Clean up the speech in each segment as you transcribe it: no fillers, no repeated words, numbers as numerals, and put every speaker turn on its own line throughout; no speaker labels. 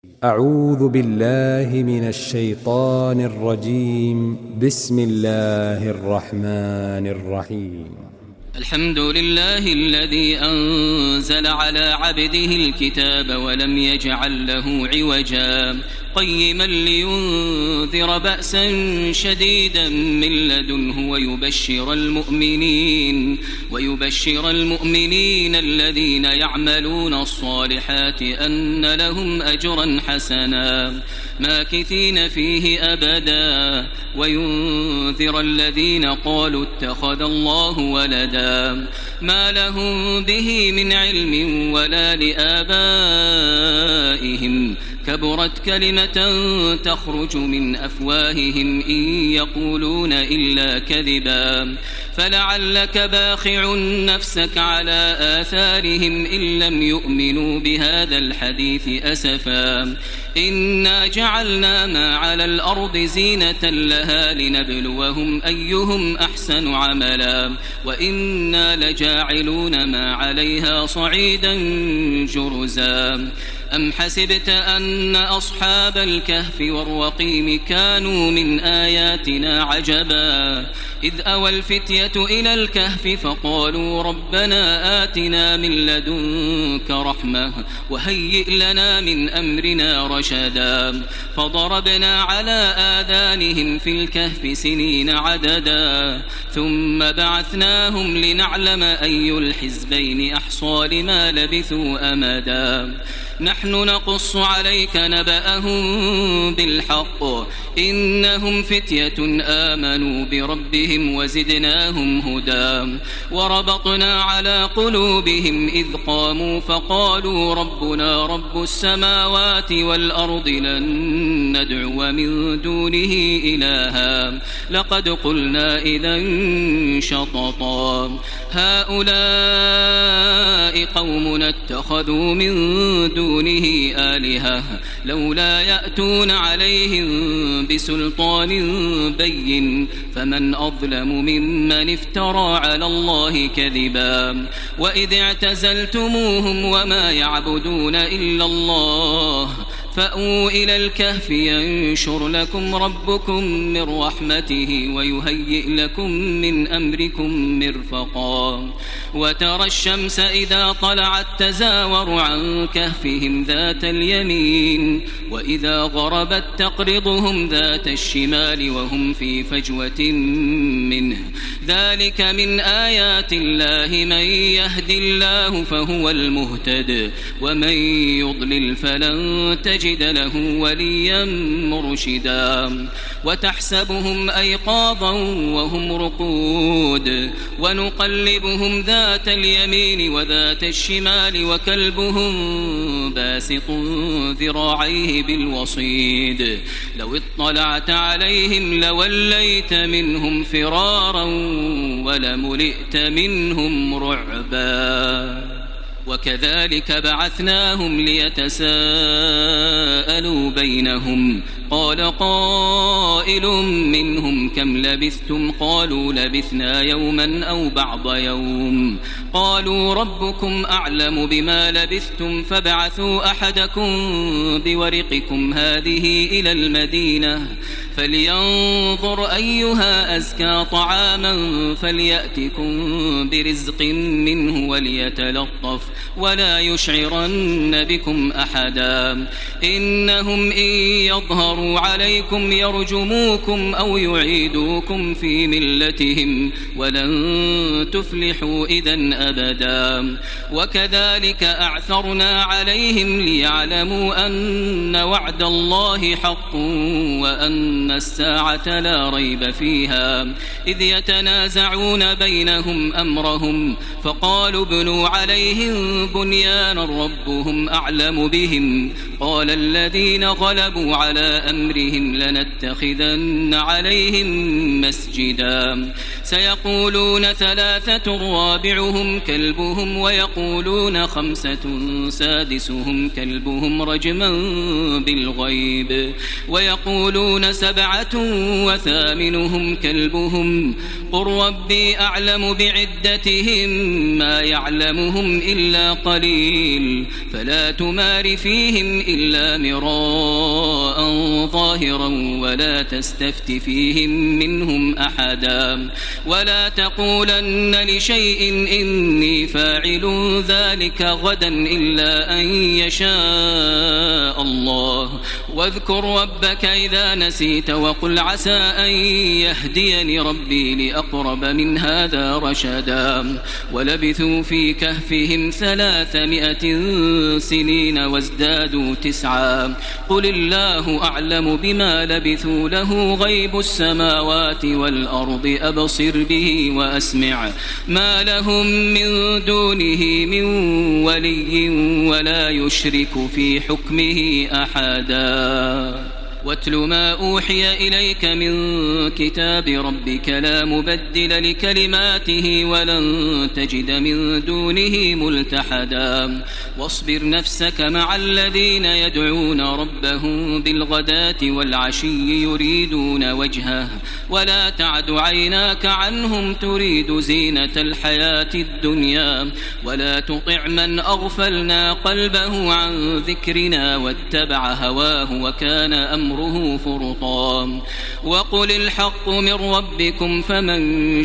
أعوذ بالله من الشيطان الرجيم. بسم الله الرحمن الرحيم.
الحمد لله الذي أنزل على عبده الكتاب ولم يجعل له عوجا قيما لينذر بأسا شديدا من لدنه ويبشر المؤمنين الذين يعملون الصالحات أن لهم أجرا حسنا ماكثين فيه أبدا وينذر الذين قالوا اتخذ الله ولدا ما لهم به من علم ولا لآبائهم كبرت كلمة تخرج من أفواههم إن يقولون إلا كذبا فلعلك باخع نفسك على آثارهم إن لم يؤمنوا بهذا الحديث أسفا إنا جعلنا ما على الأرض زينة لها لنبلوهم أيهم أحسن عملا وإنا لجاعلون ما عليها صعيدا جرزا أم حسبت أن أصحاب الكهف والرقيم كانوا من آياتنا عجبا إذ أوى الفتية إلى الكهف فقالوا ربنا آتنا من لدنك رحمة وهيئ لنا من أمرنا رشدا فضربنا على آذانهم في الكهف سنين عددا ثم بعثناهم لنعلم أي الحزبين أحصى لما لبثوا أمدا نحن نقص عليك نبأهم بالحق إنهم فتية آمنوا بربهم وزدناهم هدى وربطنا على قلوبهم إذ قاموا فقالوا ربنا رب السماوات والأرض لن ندعو من دونه إلها لقد قلنا إذا شططا هؤلاء قومنا اتخذوا من دونه آلهة لولا يأتون عليهم بسلطان بين فمن أظلم ممن افترى على الله كذبا وإذ اعتزلتموهم وما يعبدون إلا الله فأووا إلى الكهف ينشر لكم ربكم من رحمته ويهيئ لكم من أمركم مرفقا وترى الشمس إذا طلعت تزاور عن كهفهم ذات اليمين وإذا غربت تقرضهم ذات الشمال وهم في فجوة منه ذلك من آيات الله من يهد الله فهو المهتد ومن يضلل فلن تجد له وليا مرشدا وتحسبهم أيقاظا وهم رقود ونقلبهم ذات اليمين وذات الشمال وكلبهم باسط ذراعيه بالوصيد لو اطلعت عليهم لوليت منهم فرارا ولملئت منهم رعبا وكذلك بعثناهم ليتساءلوا بينهم قال قائل منهم كم لبثتم قالوا لبثنا يوما أو بعض يوم قالوا ربكم أعلم بما لبثتم فابعثوا أحدكم بورقكم هذه إلى المدينة فلينظر أيها أزكى طعاما فليأتكم برزق منه وليتلطف ولا يشعرن بكم أحدا إنهم إن يظهروا عليكم يرجموكم أو يعيدوكم في ملتهم ولن تفلحوا إذن أبدا وكذلك أعثرنا عليهم ليعلموا أن وعد الله حق وأن الساعة لا ريب فيها إذ يتنازعون بينهم أمرهم فقالوا ابنوا عليهم بنيانا ربهم أعلم بهم قال الذين غلبوا على أمرهم لنتخذن عليهم مسجدا سيقولون 3 رابعهم كلبهم ويقولون 5 سادسهم كلبهم رجما بالغيب ويقولون 7 وثامنهم كلبهم قل ربي أعلم بعدتهم ما يعلمهم إلا قليل فلا تمار فيهم إلا مراء ظاهرا ولا تستفت فيهم منهم أحدا ولا تقولن لشيء إني فاعل ذلك غدا إلا أن يشاء الله واذكر ربك إذا نسيت وقل عسى أن يهديني ربي لأقرب من هذا رشدا ولبثوا في كهفهم 300 سنين وازدادوا 9 قل الله أعلم بما لبثوا له غيب السماوات والأرض أبصر به وأسمع ما لهم من دونه من ولي ولا يشرك في حكمه أحدا واتل ما أوحي إليك من كتاب ربك لا مبدل لكلماته ولن تجد من دونه ملتحدا واصبر نفسك مع الذين يدعون ربهم بالغداة والعشي يريدون وجهه ولا تعد عيناك عنهم تريد زينة الحياة الدنيا ولا تطع من أغفلنا قلبه عن ذكرنا واتبع هواه وكان أمره فرطا وقل الحق من ربكم فمن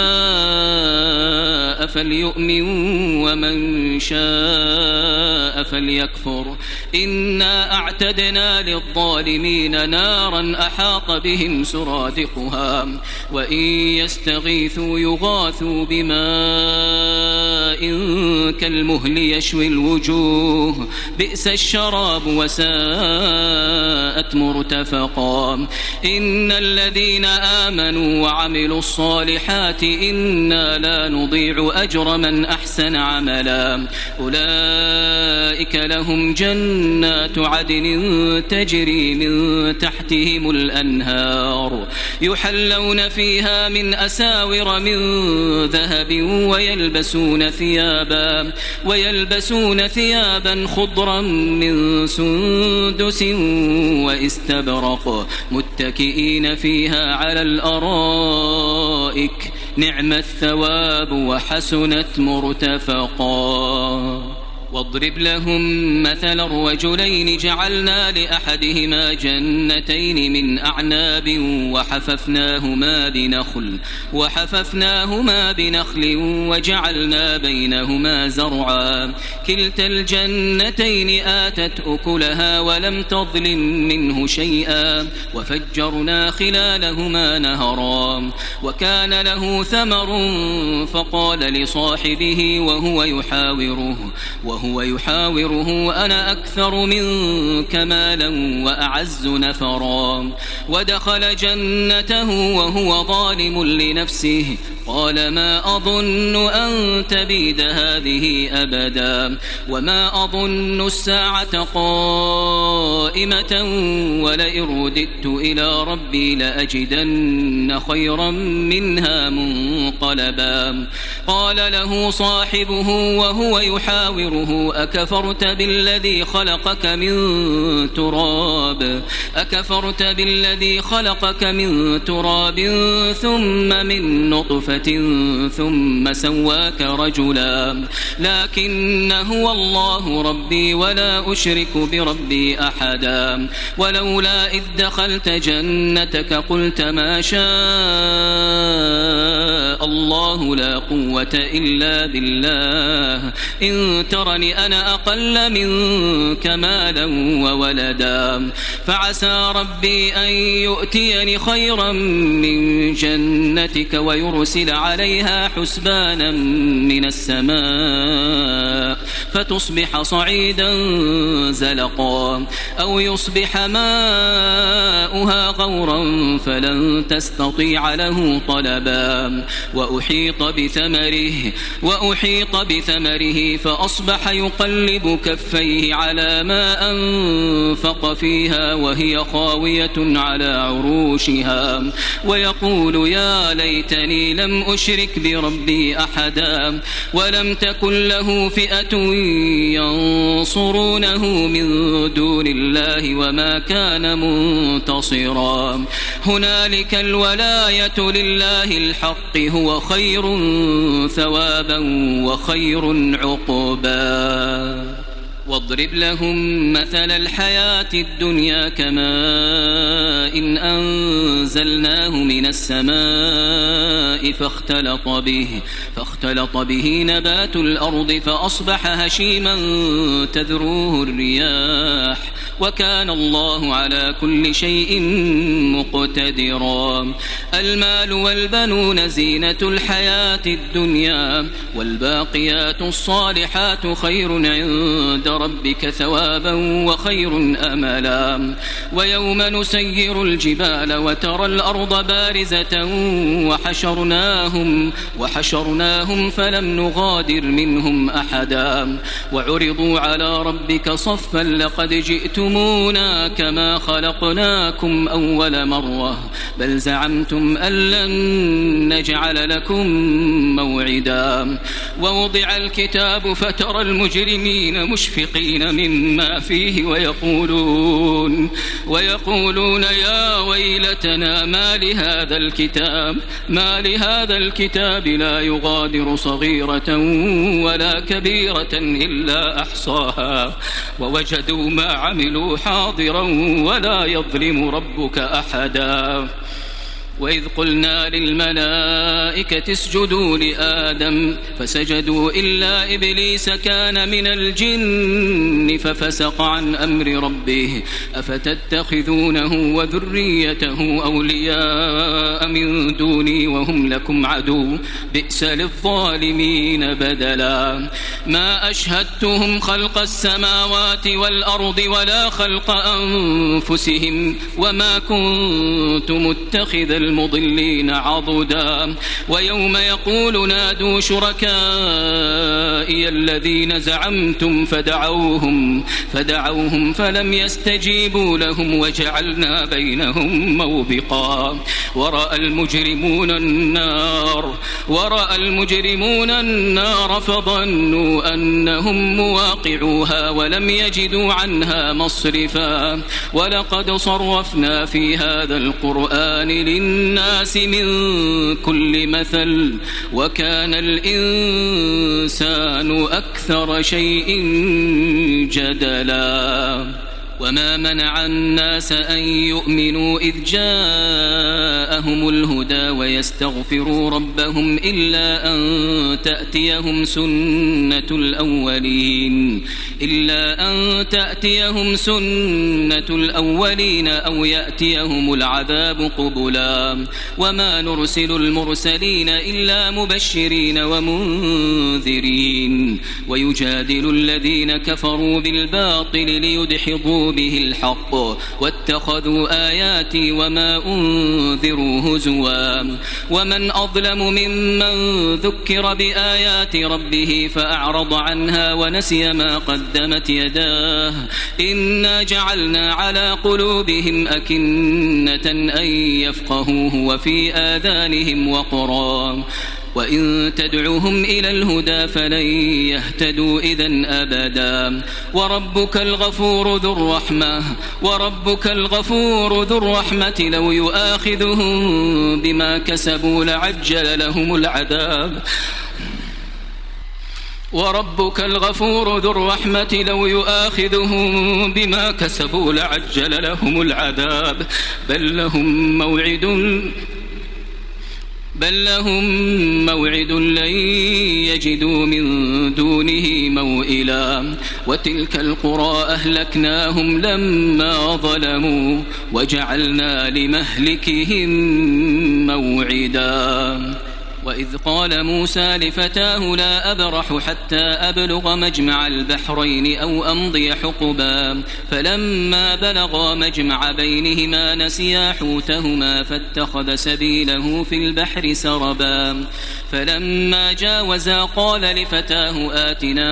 شاء فليؤمن ومن شاء فليكفر إنا أعتدنا للظالمين نارا أحاط بهم سرادقها وإن يستغيثوا يغاثوا بماء كالمهل يشوي الوجوه بئس الشراب وساءت مرتفقا إن الذين آمنوا وعملوا الصالحات إنا لا نضيع أجر من أحسن عملا أولئك لهم جنات عدن تجري من تحتهم الأنهار يحلون فيها من أساور من ذهب ويلبسون ثيابا خضرا من سندس واستبرق متكئين فيها على الأرائك نعم الثواب وحسنت مرتفقا واضرب لهم مثل الرجلين جعلنا لأحدهما جنتين من أعناب وحففناهما بنخل وجعلنا بينهما زرعا كلتا الجنتين آتت أكلها ولم تظلم منه شيئا وفجرنا خلالهما نهرا وكان له ثمر فقال لصاحبه وهو يحاوره أنا أكثر منك مالا وأعز نفرا ودخل جنته وهو ظالم لنفسه قال ما أظن أن تبيد هذه أبدا وما أظن الساعة قائمة ولئن رددت إلى ربي لأجدن خيرا منها منقلبا قال له صاحبه وهو يحاوره أكفرت بالذي خلقك من تراب ثم من نطفة ثم سواك رجلا لكن هو الله ربي ولا أشرك بربي أحدا ولولا إذ دخلت جنتك قلت ما شاء الله لا قوة إلا بالله إن ترني أنا أقل منك مالا وولدا فعسى ربي أن يؤتيني خيرا من جنتك ويرسل عليها حسبانا من السماء فتصبح صعيدا زلقا أو يصبح ماؤها غورا فلن تستطيع له طلبا وأحيط بثمره فأصبح يقلب كفيه على ما أنفق فيها وهي خاوية على عروشها ويقول يا ليتني لم أشرك بربي أحدا ولم تكن له فئة ينصرونه من دون الله وما كان منتصرا هنالك الولاية لله الحق هو خير ثوابا وخير عقبا واضرب لهم مثل الحياة الدنيا كماء إن أنزلناه من السماء فاختلط به نبات الأرض فأصبح هشيما تذروه الرياح وكان الله على كل شيء مقتدرا المال والبنون زينة الحياة الدنيا والباقيات الصالحات خير عند ربك ثوابا وخير أملا ويوم نسير الجبال وترى الأرض بارزة وحشرناهم فلم نغادر منهم أحدا وعرضوا على ربك صفا لقد جئتمونا كما خلقناكم أول مرة بل زعمتم أن لن نجعل لكم موعدا ووضع الكتاب فترى المجرمين مشفقين مما فيه ويقولون يا ويلتنا ما لهذا الكتاب لا يغادر صغيرة ولا كبيرة إلا أحصاها ووجدوا ما عملوا حاضرا ولا يظلم ربك أحدا وإذ قلنا للملائكة اسجدوا لآدم فسجدوا إلا إبليس كان من الجن ففسق عن أمر ربه أفتتخذونه وذريته أولياء من دوني وهم لكم عدو بئس للظالمين بدلا ما أشهدتهم خلق السماوات والأرض ولا خلق أنفسهم وما كنت متخذ المضلين عضدا ويوم يقول نادوا شركائي الذين زعمتم فدعوهم فلم يستجيبوا لهم وجعلنا بينهم موبقا ورأى المجرمون النار فظنوا أنهم مواقعوها ولم يجدوا عنها مصرفا ولقد صرفنا في هذا القرآن للناس من كل مثل وكان الإنسان أكثر شيء جدلا وما منع الناس أن يؤمنوا إذ جاءهم الهدى ويستغفروا ربهم إلا أن تأتيهم سنة الأولين أو يأتيهم العذاب قبلا وما نرسل المرسلين إلا مبشرين ومنذرين ويجادل الذين كفروا بالباطل ليدحضوا به الحق واتخذوا آياتي وما أنذروا هزوا ومن أظلم ممن ذكر بآيات ربه فأعرض عنها ونسي ما قدمت يداه إنا جعلنا على قلوبهم أكنة أن يفقهوه وفي آذانهم وقرا وإن تدعوهم إلى الهدى فلن يهتدوا إذن أبدا وربك الغفور ذو الرحمة لو يؤاخذهم بما كسبوا لعجل لهم العذاب وربك الغفور ذو الرحمة لو يؤاخذهم بما كسبوا لعجل لهم العذاب بل لهم موعد لن يجدوا من دونه موئلا وتلك القرى أهلكناهم لما ظلموا وجعلنا لمهلكهم موعدا وإذ قال موسى لفتاه لا أبرح حتى أبلغ مجمع البحرين أو أمضي حقبا فلما بلغا مجمع بينهما نسيا حوتهما فاتخذ سبيله في البحر سربا فلما جاوزا قال لفتاه آتنا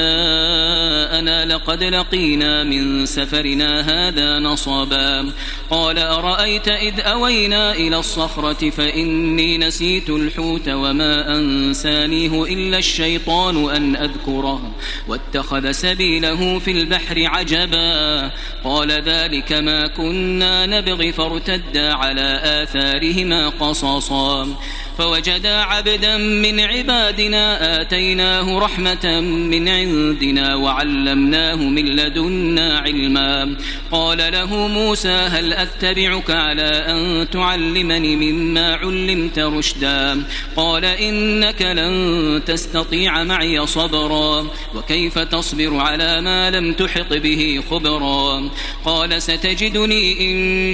غداءنا لقد لقينا من سفرنا هذا نصبا قال أرأيت إذ أوينا إلى الصخرة فإني نسيت الحوت وما أنسانيه إلا الشيطان أن أذكره واتخذ سبيله في البحر عجبا قال ذلك ما كنا نبغي فارتدا على آثارهما قصصا فوجدا عبدا من عبادنا آتيناه رحمة من عندنا وعلمناه من لدنا علما قال له موسى هل أتبعك على أن تعلمني مما علمت رشدا قال إنك لن تستطيع معي صبرا وكيف تصبر على ما لم تحط به خبرا قال ستجدني إن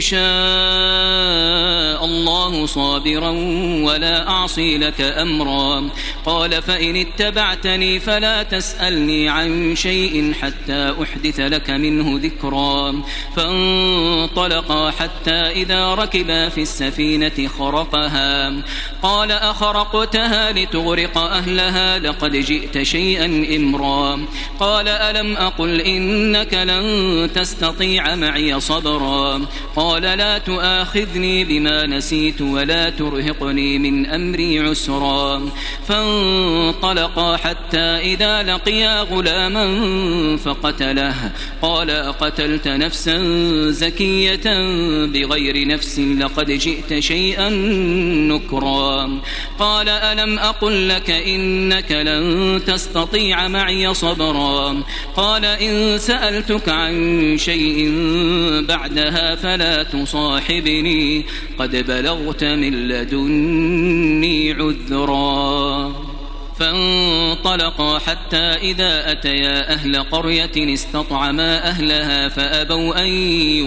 شاء الله صابرا ولا أعصي لك أمرا قال فإن اتبعتني فلا تسألني عن شيء حتى أحدث لك منه ذكرا فانطلقا حتى إذا ركبا في السفينة خرقها قال أخرقتها لتغرق أهلها لقد جئت شيئا إمرا قال ألم أقل إنك لن تستطيع معي صبرا قال لا تؤاخذني بما نسيت ولا ترهقني من أمري عسرا فانطلقا حتى إذا لقيا غلاما فقتله قال أقتلت نفسا زكية بغير نفس لقد جئت شيئا نكرا قال ألم أقل لك إنك لن تستطيع معي صبرا قال إن سألتك عن شيء بعدها فلا تصاحبني قد بلغت من لدني عذرا فانطلقا حتى إذا أتيا أهل قرية استطعما أهلها فأبوا أن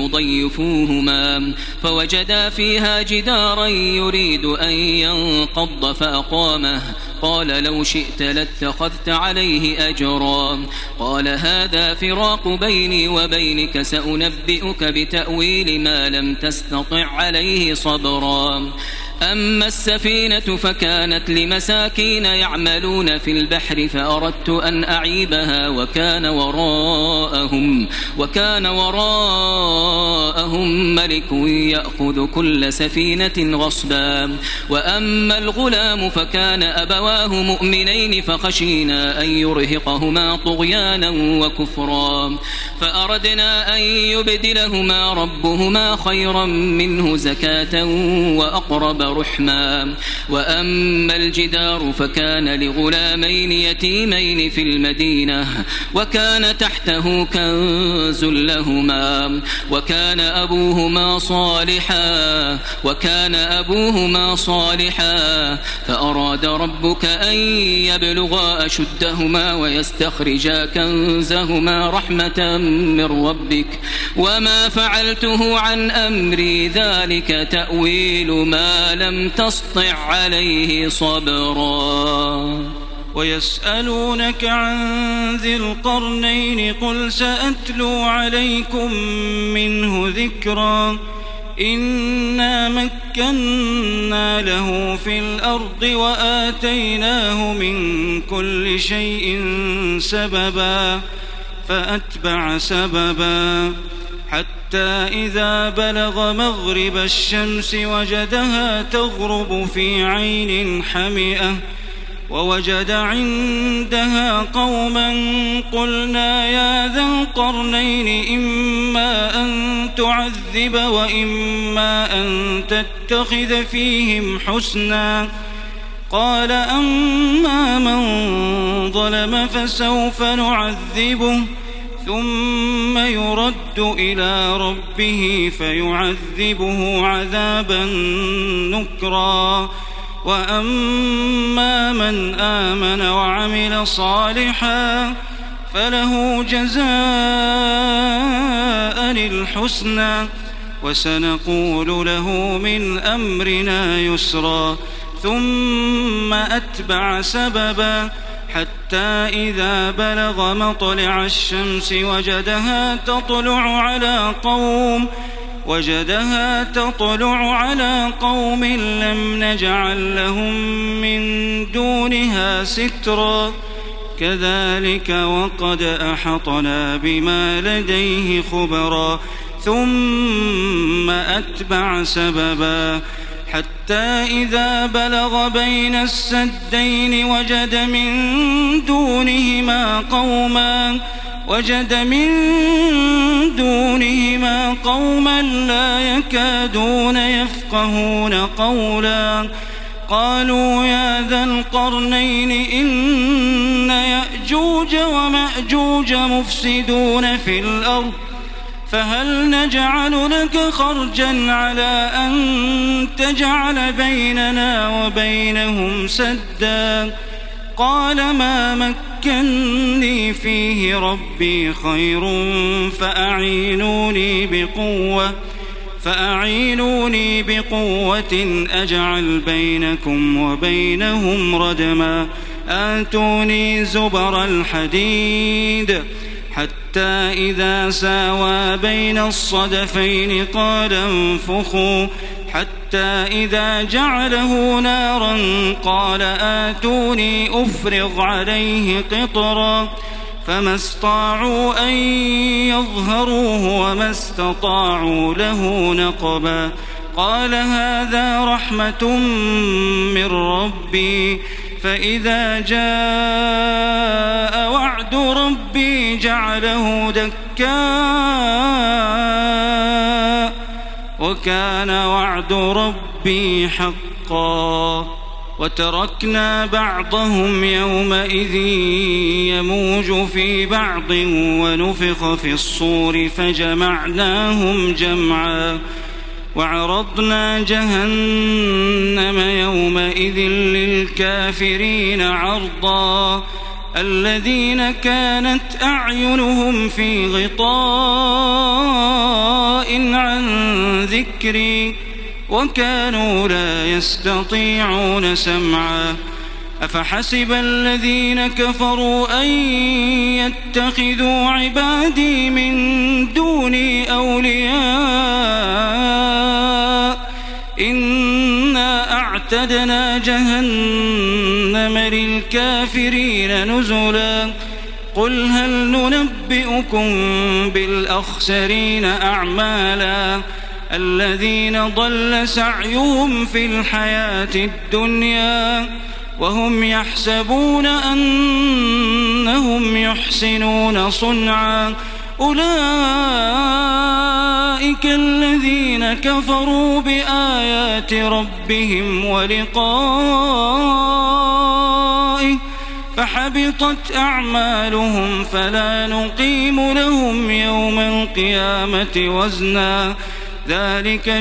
يضيفوهما فوجدا فيها جدارا يريد أن ينقض فأقامه قال لو شئت لاتخذت عليه أجرا قال هذا فراق بيني وبينك سأنبئك بتأويل ما لم تستطع عليه صبرا أما السفينة فكانت لمساكين يعملون في البحر فأردت أن أعيبها وكان وراءهم ملك يأخذ كل سفينة غصبا وأما الغلام فكان أبواه مؤمنين فخشينا أن يرهقهما طغيانا وكفرا فأردنا أن يبدلهما ربهما خيرا منه زكاة وأقرب رحما وأما الجدار فكان لغلامين يتيمين في المدينة وكان تحته كنز لهما وكان أبوهما صالحا فأراد ربك أن يبلغا أشدهما ويستخرجا كنزهما رحمة من ربك وما فعلته عن أمري ذلك تأويل ما لم تسطع عليه صبرا
ويسألونك عن ذي القرنين قل سأتلو عليكم منه ذكرا إنا مكنا له في الأرض وآتيناه من كل شيء سببا فأتبع سببا حتى إذا بلغ مغرب الشمس وجدها تغرب في عين حمئة ووجد عندها قوما قلنا يا ذا القرنين إما أن تعذب وإما أن تتخذ فيهم حسنا قال أما من ظلم فسوف نعذبه ثم يرد إلى ربه فيعذبه عذابا نكرا وأما من آمن وعمل صالحا فله جزاء الحسنى وسنقول له من أمرنا يسرا ثم أتبع سببا حتى إذا بلغ مطلع الشمس وجدها تطلع على قوم لم نجعل لهم من دونها سترا كذلك وقد أحطنا بما لديه خبرا ثم أتبع سببا حتى إذا بلغ بين السدين وجد من دونهما قوما لا يكادون يفقهون قولا قالوا يا ذا القرنين إن يأجوج ومأجوج مفسدون في الأرض فهل نجعل لك خرجا على أن تجعل بيننا وبينهم سدا قال ما مكني فيه ربي خير فأعينوني بقوة أجعل بينكم وبينهم ردما آتوني زبر الحديد حتى إذا ساوى بين الصدفين قال انفخوا حتى إذا جعله نارا قال آتوني أفرغ عليه قطرا فما استطاعوا أن يظهروه وما استطاعوا له نقبا قال هذا رحمة من ربي فإذا جاء وعد ربي جعله دكا وكان وعد ربي حقا وتركنا بعضهم يومئذ يموج في بعض ونفخ في الصور فجمعناهم جمعا وعرضنا جهنم يومئذ للكافرين عرضا الذين كانت أعينهم في غطاء عن ذكري وكانوا لا يستطيعون سمعا أفحسب الذين كفروا أن يتخذوا عبادي من دوني أولياء إنا أعتدنا جهنم للكافرين نزلا قل هل ننبئكم بالأخسرين أعمالا الذين ضل سعيهم في الحياة الدنيا وهم يحسبون أنهم يحسنون صنعا أولئك الذين كفروا بآيات ربهم ولقائه فحبطت أعمالهم فلا نقيم لهم يوم القيامة وزنا ذلك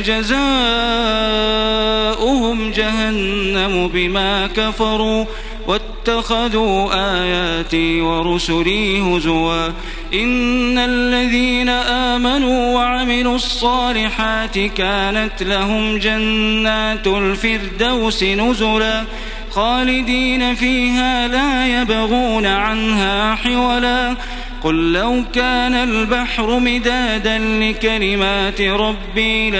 جزاؤهم جهنم بما كفروا واتخذوا آياتي ورسلي هزوا إن الذين آمنوا وعملوا الصالحات كانت لهم جنات الفردوس نزلا خالدين فيها لا يبغون عنها حولا قل لو كان البحر مدادا لكلمات ربي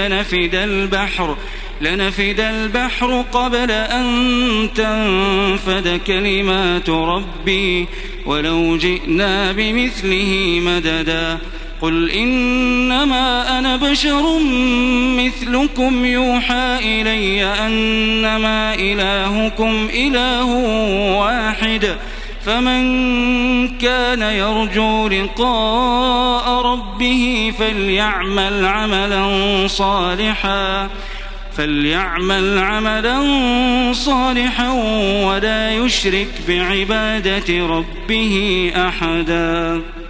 لنفد البحر قبل أن تنفد كلمات ربي ولو جئنا بمثله مددا قل إنما أنا بشر مثلكم يوحى إلي أنما إلهكم إله واحد فمن كان يرجو لقاء ربه فليعمل عملا صالحا ولا يشرك بعبادة ربه أحدا.